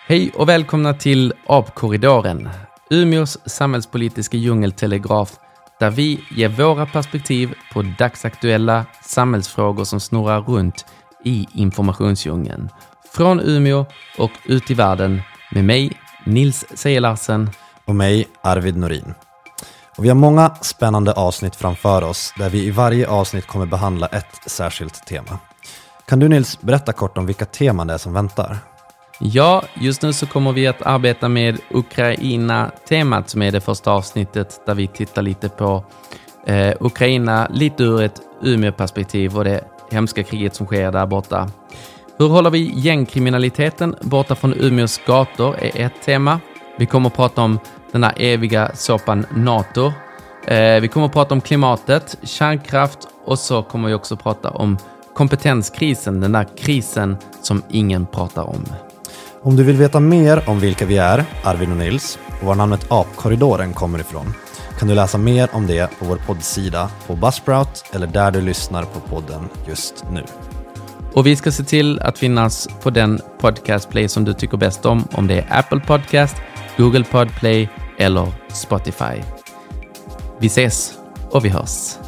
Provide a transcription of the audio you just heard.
Hej och välkomna till AP-korridoren, Umeås samhällspolitiska djungeltelegraf, där vi ger våra perspektiv på dagsaktuella samhällsfrågor som snurrar runt i informationsdjungeln. Från Umeå och ut i världen med mig, Nils Sejelarsen. Och mig, Arvid Norin. Och vi har många spännande avsnitt framför oss där vi i varje avsnitt kommer behandla ett särskilt tema. Kan du, Nils, berätta kort om vilka teman det är som väntar? Ja, just nu så kommer vi att arbeta med Ukraina-temat som är det första avsnittet där vi tittar lite på Ukraina lite ur ett Umeå-perspektiv och det hemska kriget som sker där borta. Hur håller vi gängkriminaliteten borta från Umeås gator är ett tema. Vi kommer att prata om den här eviga såpan NATO. Vi kommer att prata om klimatet, kärnkraft och så kommer vi också prata om kompetenskrisen, den där krisen som ingen pratar om. Om du vill veta mer om vilka vi är, Arvid och Nils, och var namnet AP-korridoren kommer ifrån, kan du läsa mer om det på vår poddsida på Buzzsprout eller där du lyssnar på podden just nu. Och vi ska se till att finnas på den podcastplay som du tycker bäst om det är Apple Podcast, Google Podplay eller Spotify. Vi ses och vi hörs.